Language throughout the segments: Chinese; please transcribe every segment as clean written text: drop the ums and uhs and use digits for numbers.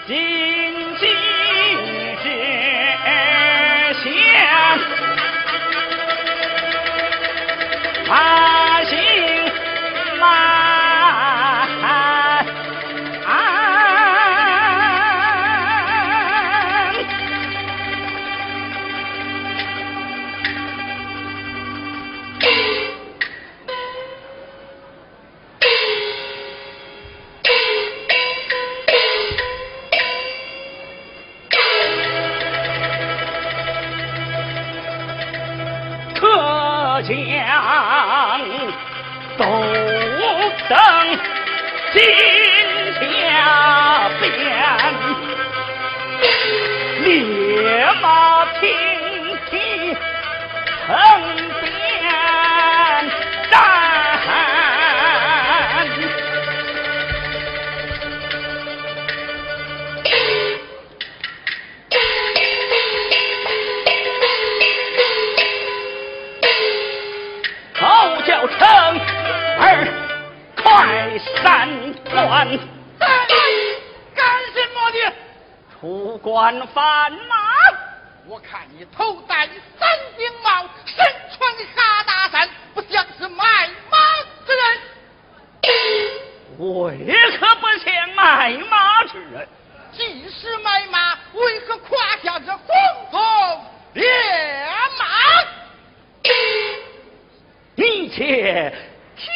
今夕之前，马行马。将斗争金下边，烈马挺蹄城边战，叫成儿快闪关， 干什么的？ 出关贩马。 我看你头戴三顶帽，身穿哈达衫，不像是卖马之人。 为何不像卖马之人？ 既是卖马，为何胯下这红中烈马？ 你且听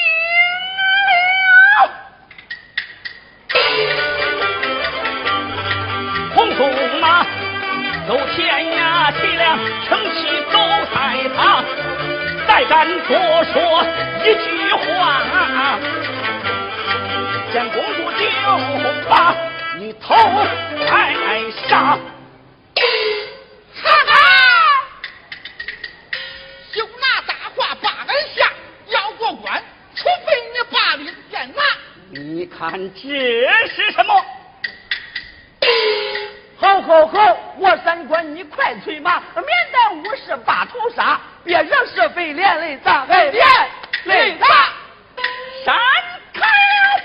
了，红鬃马走天涯凄凉，城西都在旁，再敢多说一句话，见公主就把你头挨杀。 除非你把令见拿， 你看这是什么？ 好，我三官你快催马，免得误事把头杀，别惹是非连累咱，连累咱， 闪开了！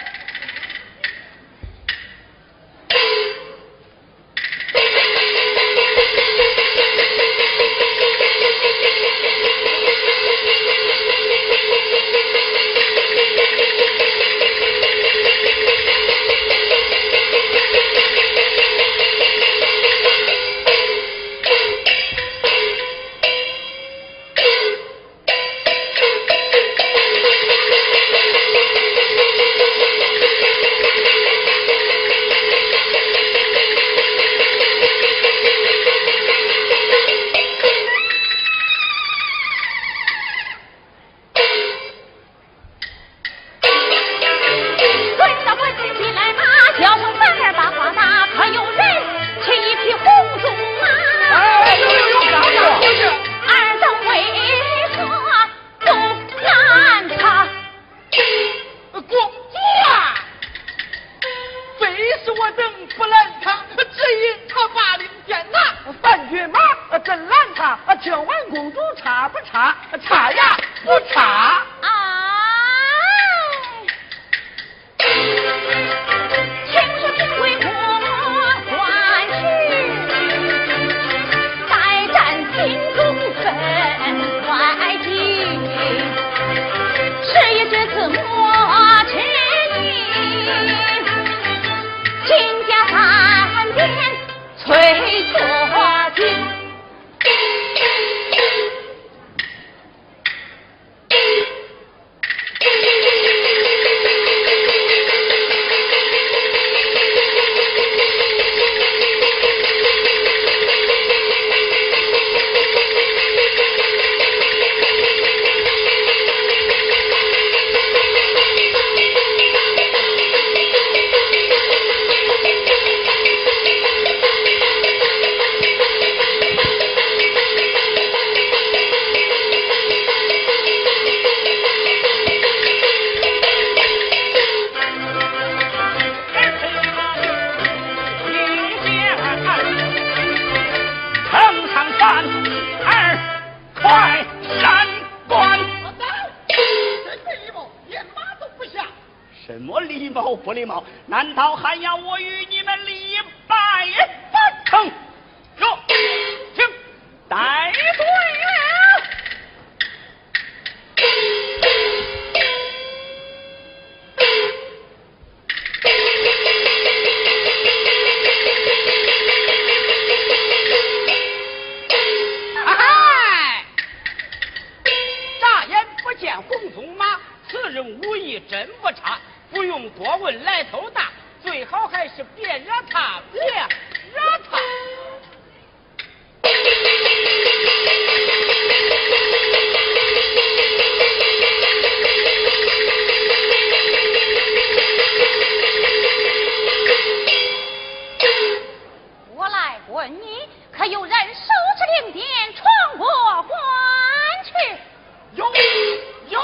什么礼貌不礼貌？难道还要我与你们礼拜？ 别惹他，别惹他。 我来问你，可有人手持令箭闯过关去？ 有，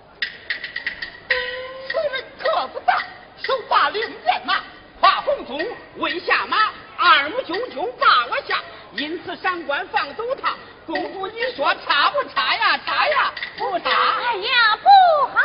此人个子大，手把令箭马，跨红鬃，未下马，二目炯炯把我下，因此上官放走他。公主你说差不差呀？差呀，不差。 哎呀，不好！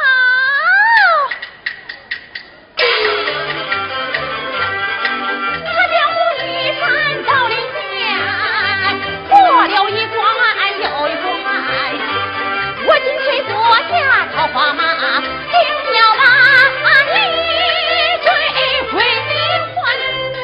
他将我玉山到领间，过了一关又一关，我今虽坐下桃花马，定要把你追回还。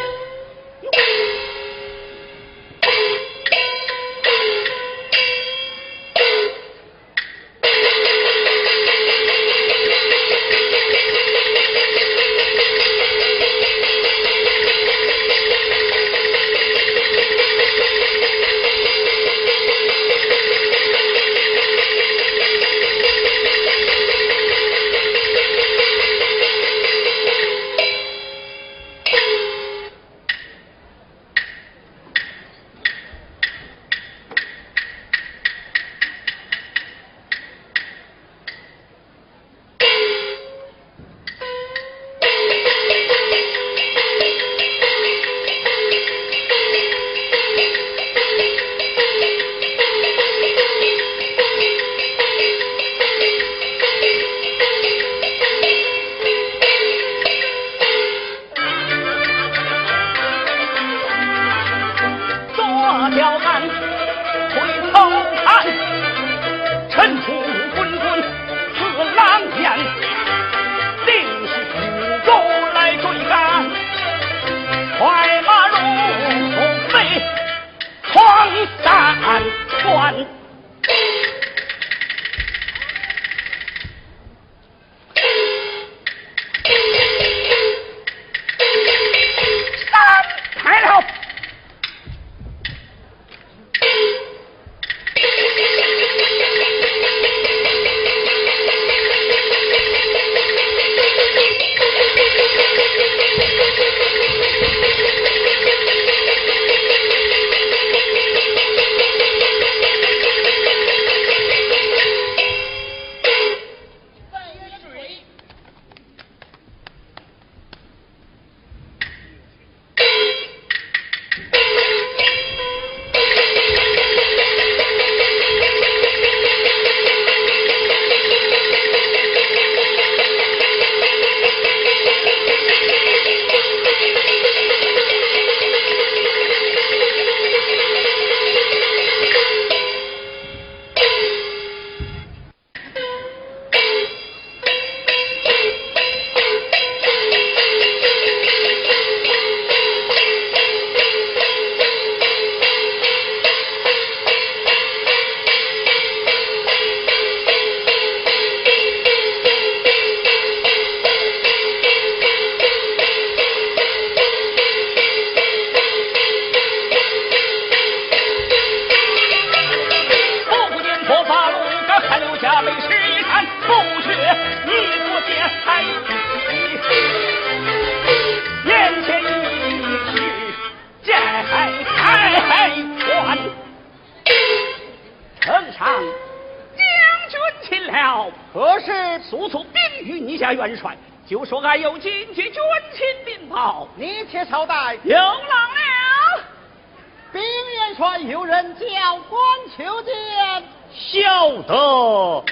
元帅，就说俺有紧急军情禀报。 你且稍待。 有郎了。 禀元帅，有人叫官求见。 晓得了。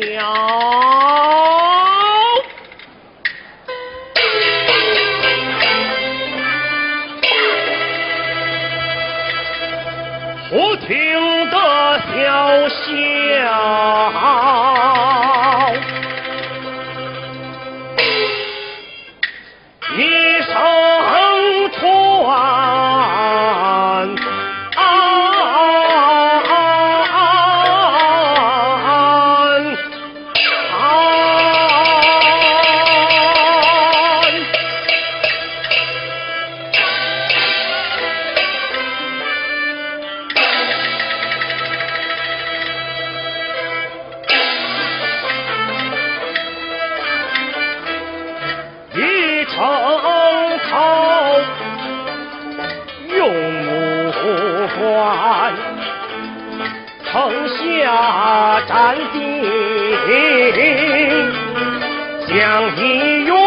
我听得消息。一声传， 相一愿，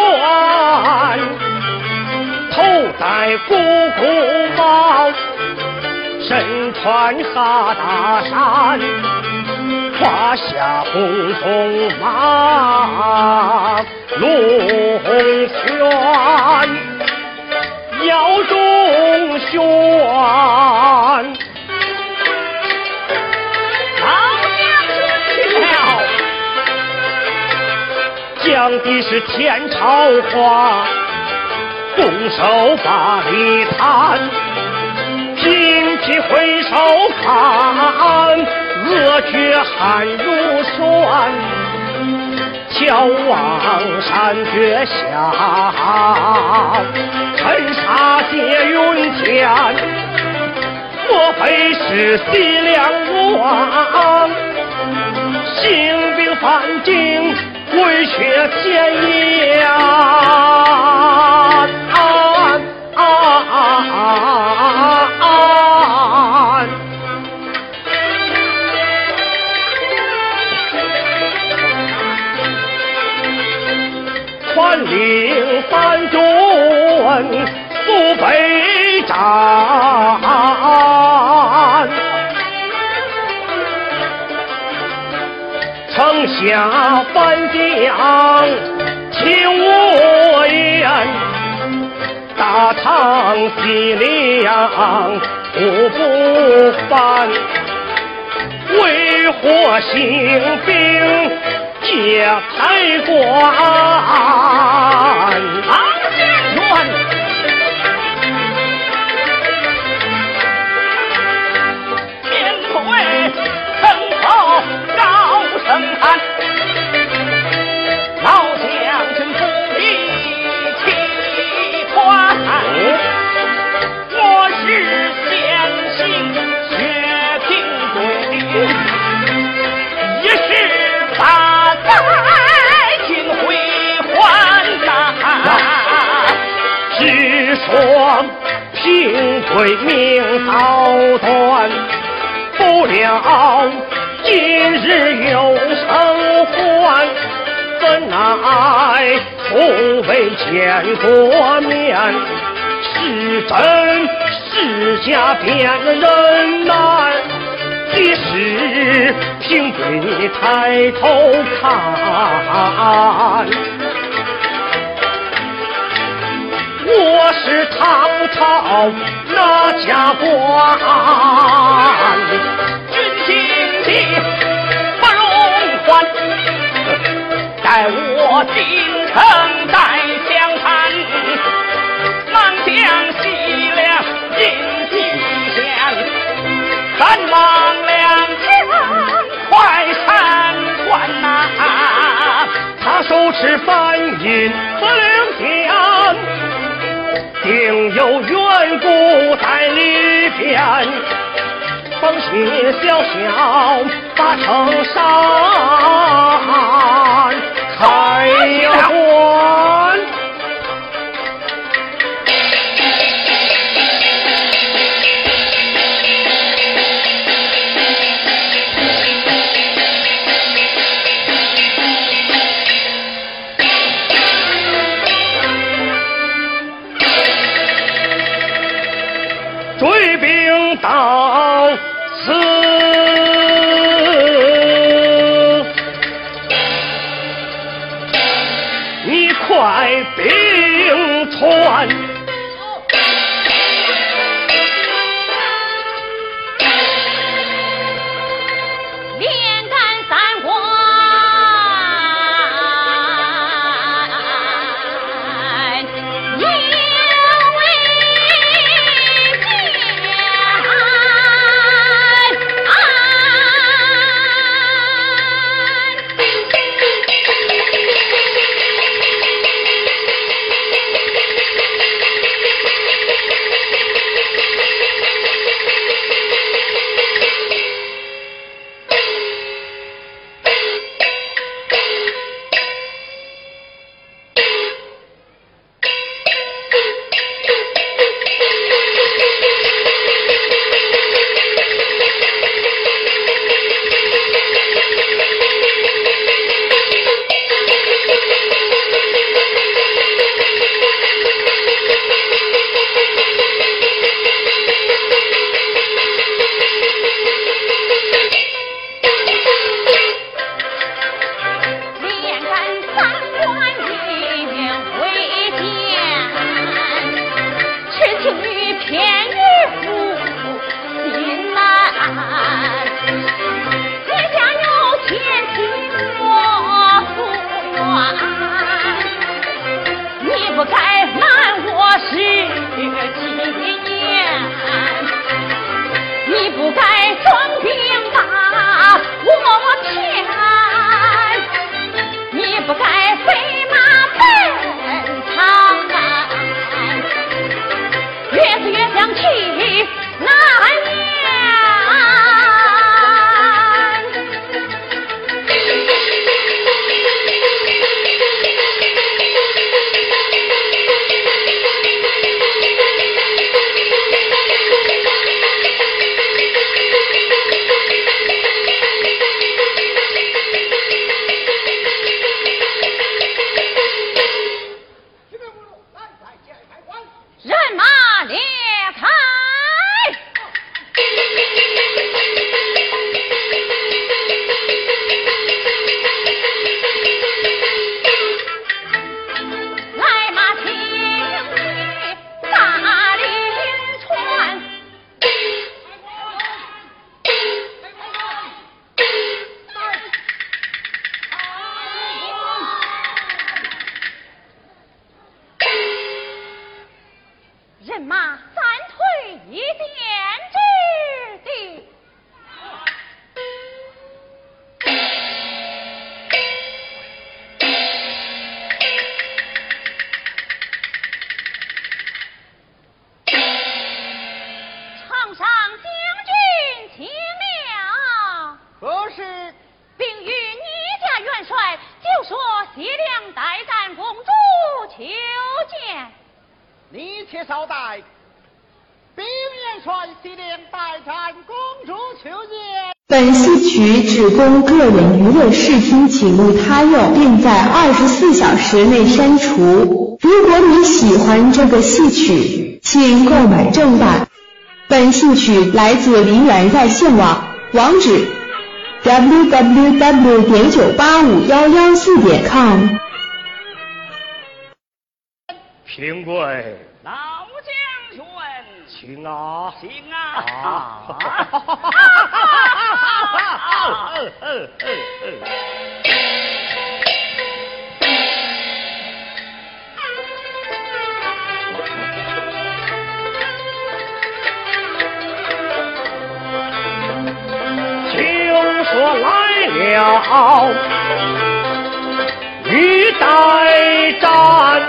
头戴鼓鼓帽，身穿哈达衫，胯下红鬃马，龙旋，腰中悬。讲的是天朝话，动手把里弹，频频回首看，恶绝汗如霜，眺望山绝下，尘沙结云天，莫非是西凉王？兴兵犯境，为却天涯。传令三军速备战，城下番将听我言，大唐西凉无不犯，为何兴兵借台关？ 唐先生，天推城头高声喊，老将军不必气宽。我是先行薛平贵，一时大灾尽回还呐。 只说平贵命早断，不料今日有生还，怎奈从未见过面，是真是假辨人难。即使平贵你抬头看，我是唐朝那家官， 君心地不容缓，待我进城再相谈。忙将西凉引西县，赶忙两将快参传呐。 他手持翻印不灵天，定有缘故在里边，方心小小把城山开了关。追兵到此，你快兵传， 连赶三关，因为见。 想去难言。人马列开，来马请去大林川。人马暂退一点之地。场上将军请了。 何事？ 并与你家元帅就说西凉待战公主求见。 你且稍待，兵元帅西凉待战公主求见。 本戏曲只供个人娱乐视听，请勿他用，并在24小时内删除。如果你喜欢这个戏曲，请购买正版。本戏曲来自梨园在线网，网址 www.985114.com。 平贵， 老将军， 请啊， 请啊！ 听说来了欲待战，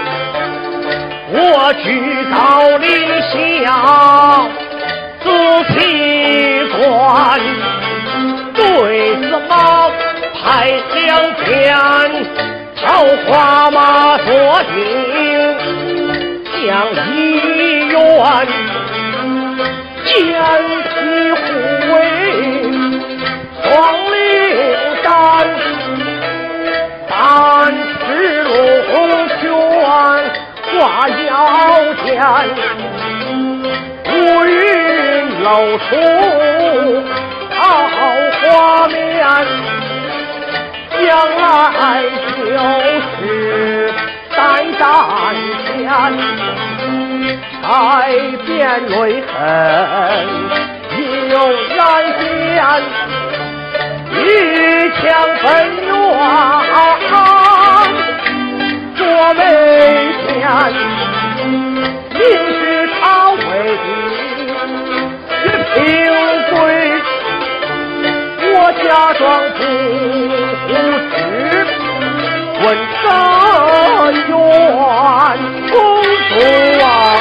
我居高临下仔细观，对子马派两边，桃花马坐定，将一员剑劈护卫，双领战，单持龙拳挂腰间，乌云露出桃花面，将来就是待战前，改变泪痕有燃见，一腔奔远多美天，你是他为是平贵，我假装不知，问真冤公主啊，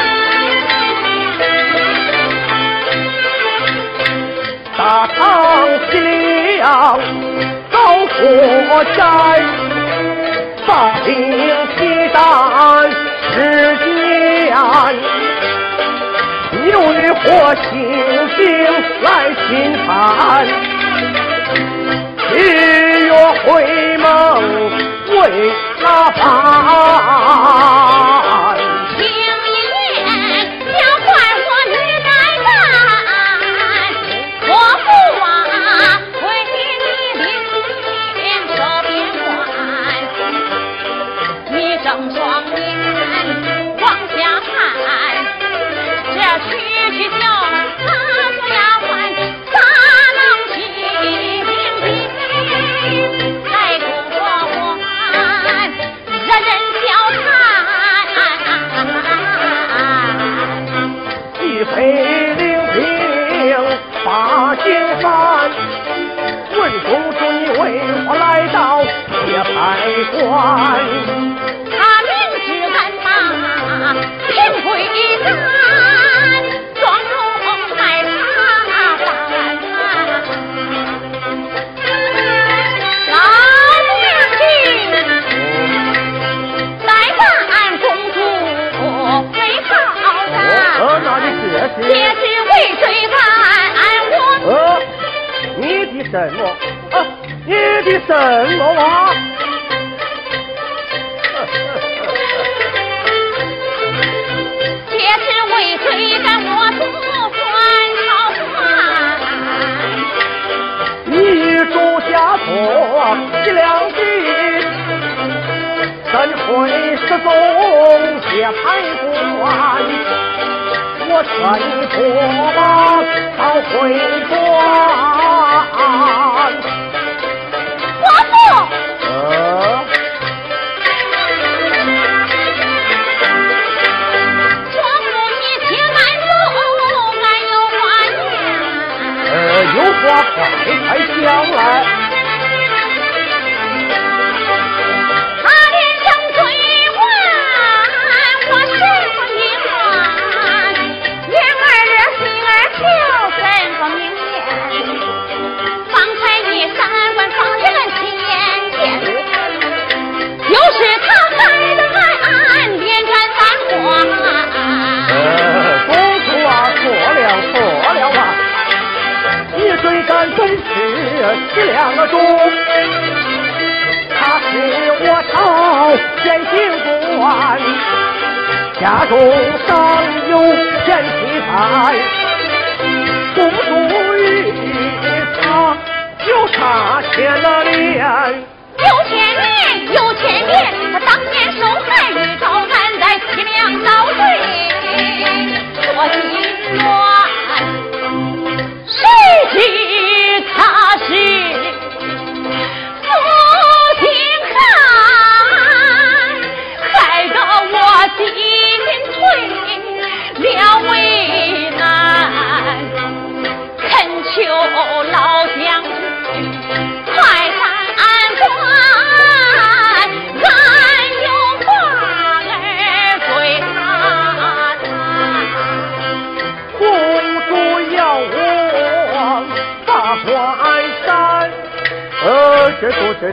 大唐西凉高火灾，发兵契丹之间，有日火星兵来侵犯，日月回梦为哪般？ 听一言，要怪我女待战，我不枉为你领兵守边关。你睁双眼往下看，这区区小他做丫鬟，咋能去领兵？来过我人人笑谈。 什么？你的什么话？ 这是为追赶我祖还朝还。 你主下错几两金，怎会失踪且判官？我劝你脱马早回转。 国父。 有话快讲来。 他连声追问，我什么隐瞒？言儿心儿就怎么明言？方才你3官放言前见，就是他害得俺连斩3 官。公主啊，错了啊！你追赶真是几两钟，他是我朝前行官，家中尚有贤妻在，公主与他就差千年。 有千年，他当年受害于高难在西凉遭罪，说心乱。谁知他是负心汉，害得我进退了为难，恳求老将军快判官，俺有话儿归他谈。 公主要我大关山，这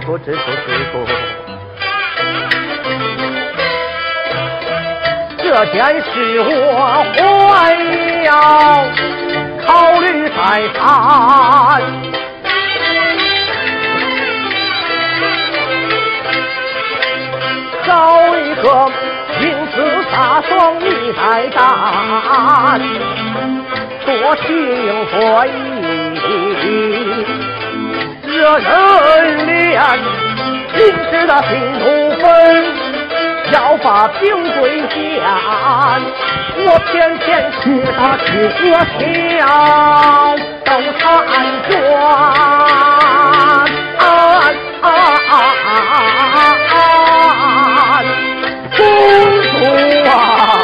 件事我还要考虑再谈。找一个英姿飒爽女才干，多情多义，惹人怜。今时的新土坟，要把兵归降，我偏偏是他去何乡都参转。公主啊，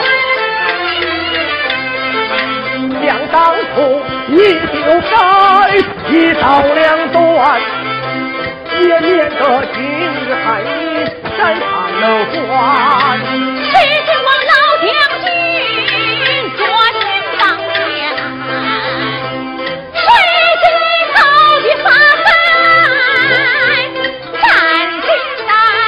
想当初你就该一刀两断，也免得今日害你山上了官。 谁知我老将军坐心当前，谁知你头的发财占尽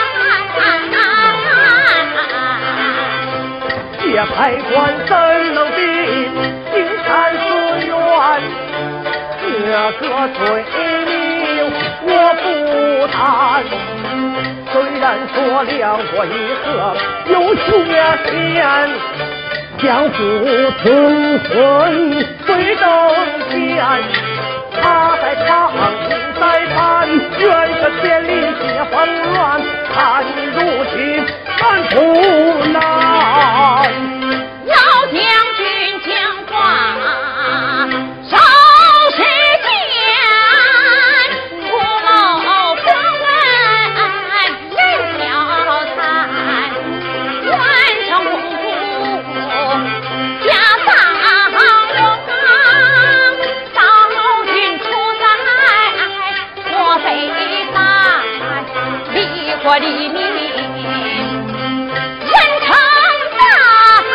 界牌官怎能比金山寺院？这个罪名我不担，虽然说两国议和有血线，相互通婚最登天。他在长在pan，原是千里解放乱，看如今难不难？ 老将军讲话少时间，不谋国文人交谈，完成公主家丧荣，道君出在我北藩，离国黎民。人称大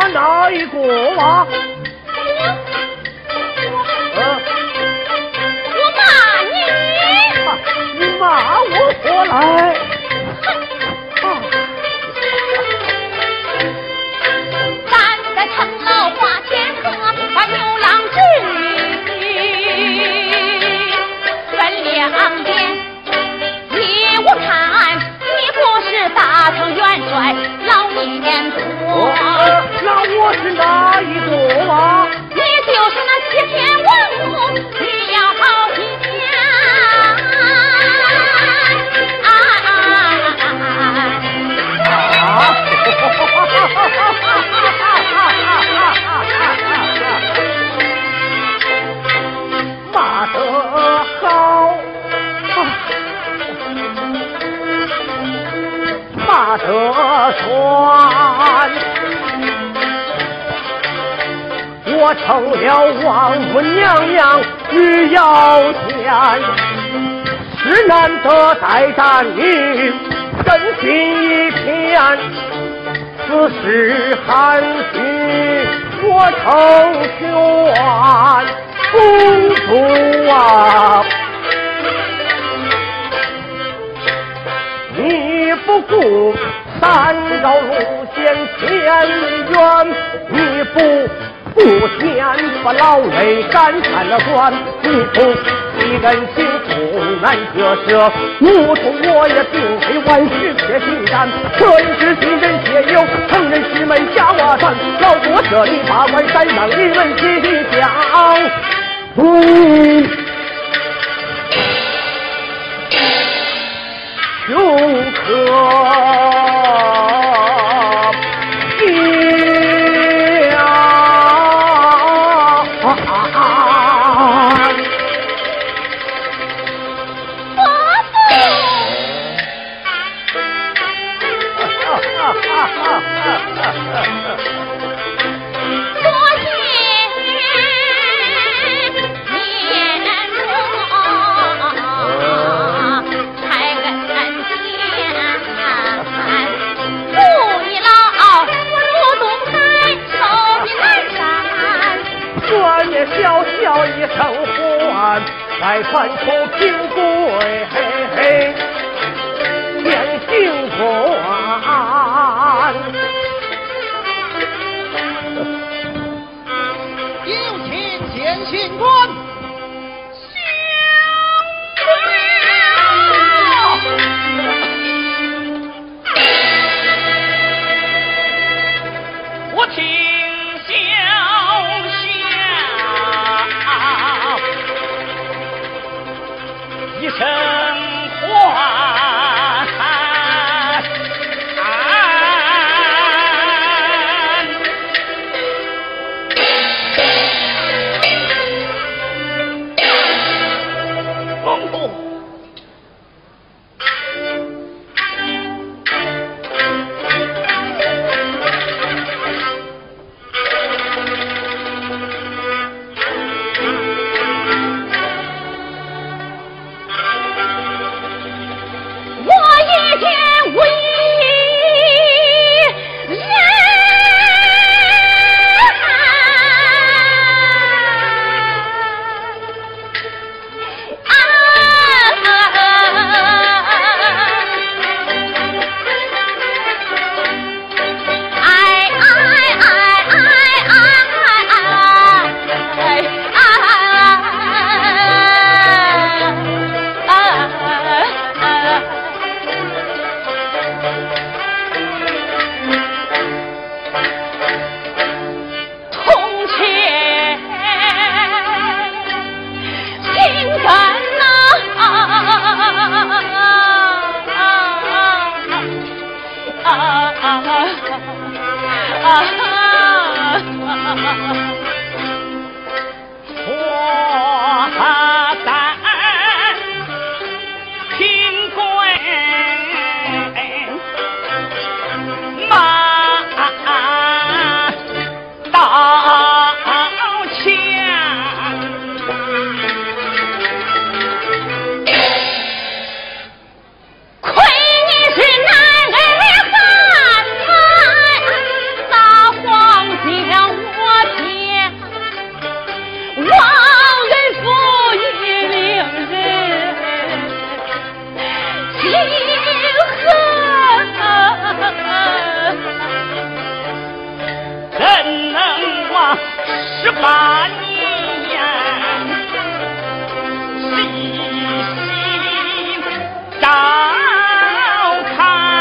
哪一个啊？ 我骂你！ 你骂我何来？ 咱在城楼花千鹤，把牛郎织女分两边。依我看，你不是大唐元帅老年多。 那我是哪一个啊？ 你就是那七天王后，你要好听骂得好，骂得酸。我成了王母娘娘女摇钱，是难得待战你真心一片。此时含蓄我成全公主啊，你不顾三道路线前缘，你不见把老泪干散了断，不图一人心痛难割舍，无图我也并非万事撇心肝，可以是新人皆有成人师门下瓦船，老多这里八关山让一人心想穷可小小一声唤，再传出平贵天行官， 有请天行官。 我听小一声唤，公主， 皇那18年，细心照看，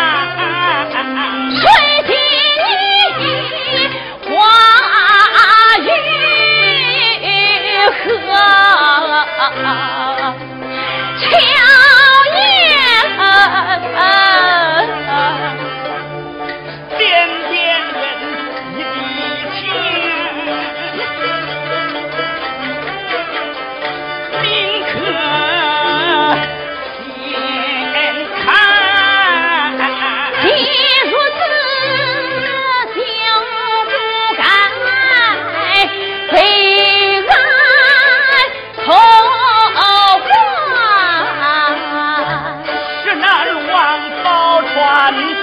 谁听你话语和巧言， 点点人一地天，宾客先看。 既如此，就不该被俺偷还。 是难忘宝船他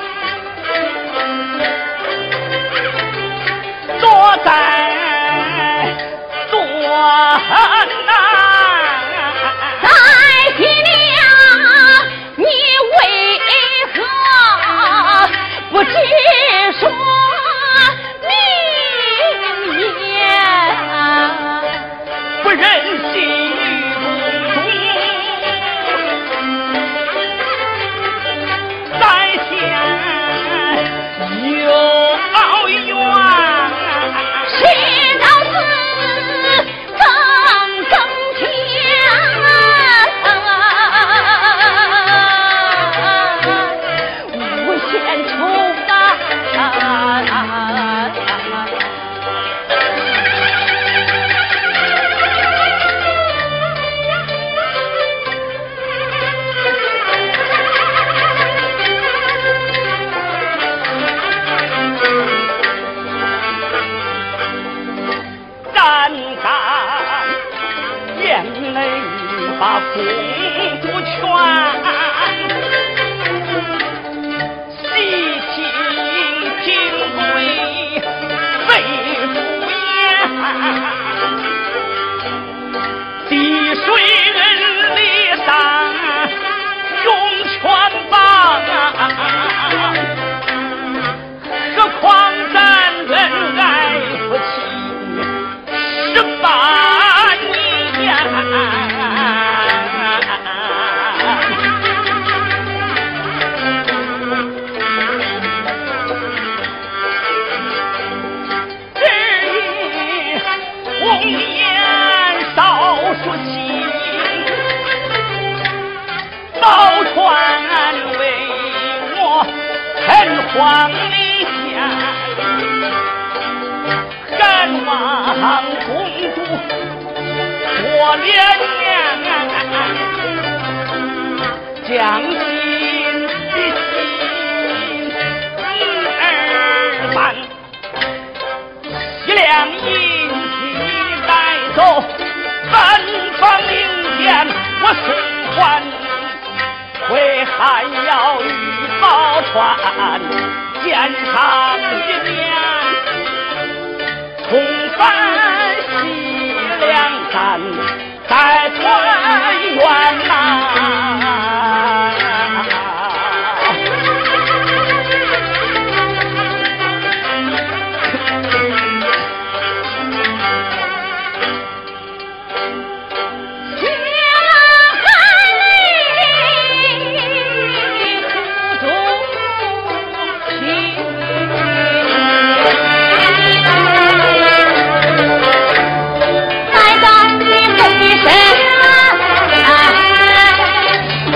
躲在多难， 在天亮，你为何不直说明言？ 不忍心与不忠，在前有冤。 事到此更增添，无限愁烦。 肝胆眼泪把公主劝，细听平贵肺腑言，滴水人离散涌泉邦，何况咱恩爱夫妻18年，只因红颜少说情，宝钏为我趁黄离间。敢望公主多怜念，将心比心儿般，西凉银旗带走，奔放明天我送还，为还要与宝钏见上一面。重返西凉山，再团圆呐。 在咱的门前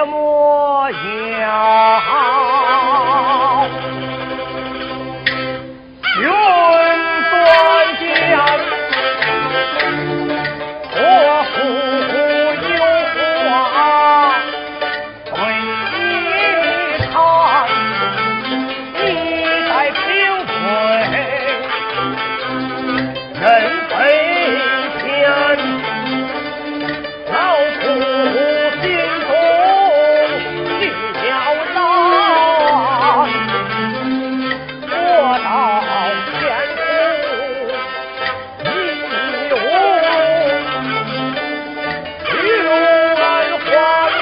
模样，云端江，我虎有话对你谈，你在平推人非天，老夫心中的了然，我到天空一路永安花名，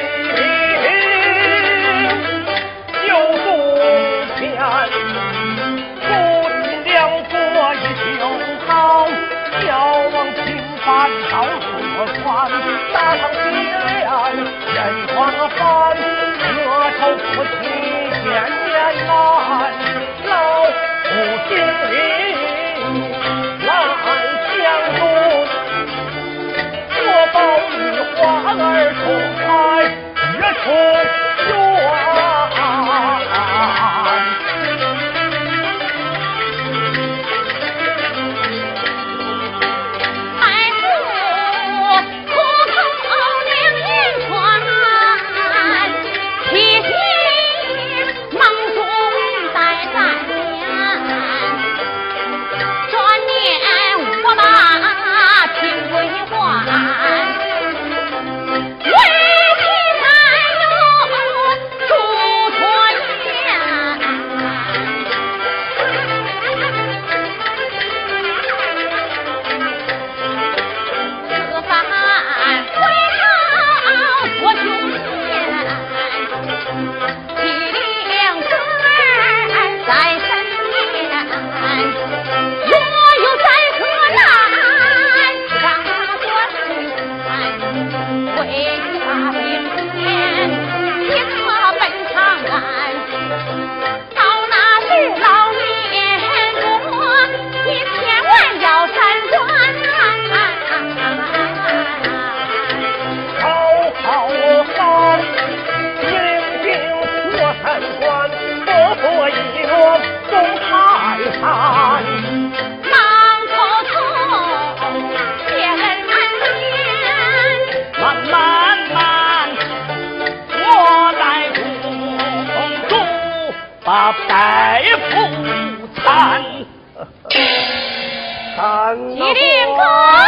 有冬天不尽两国一雄好，遥望青帆到河川，大唐西凉人狂帆，何愁不起千年难，老夫心里难相容，我保你花儿重开日出远。把大夫参， 吉林哥。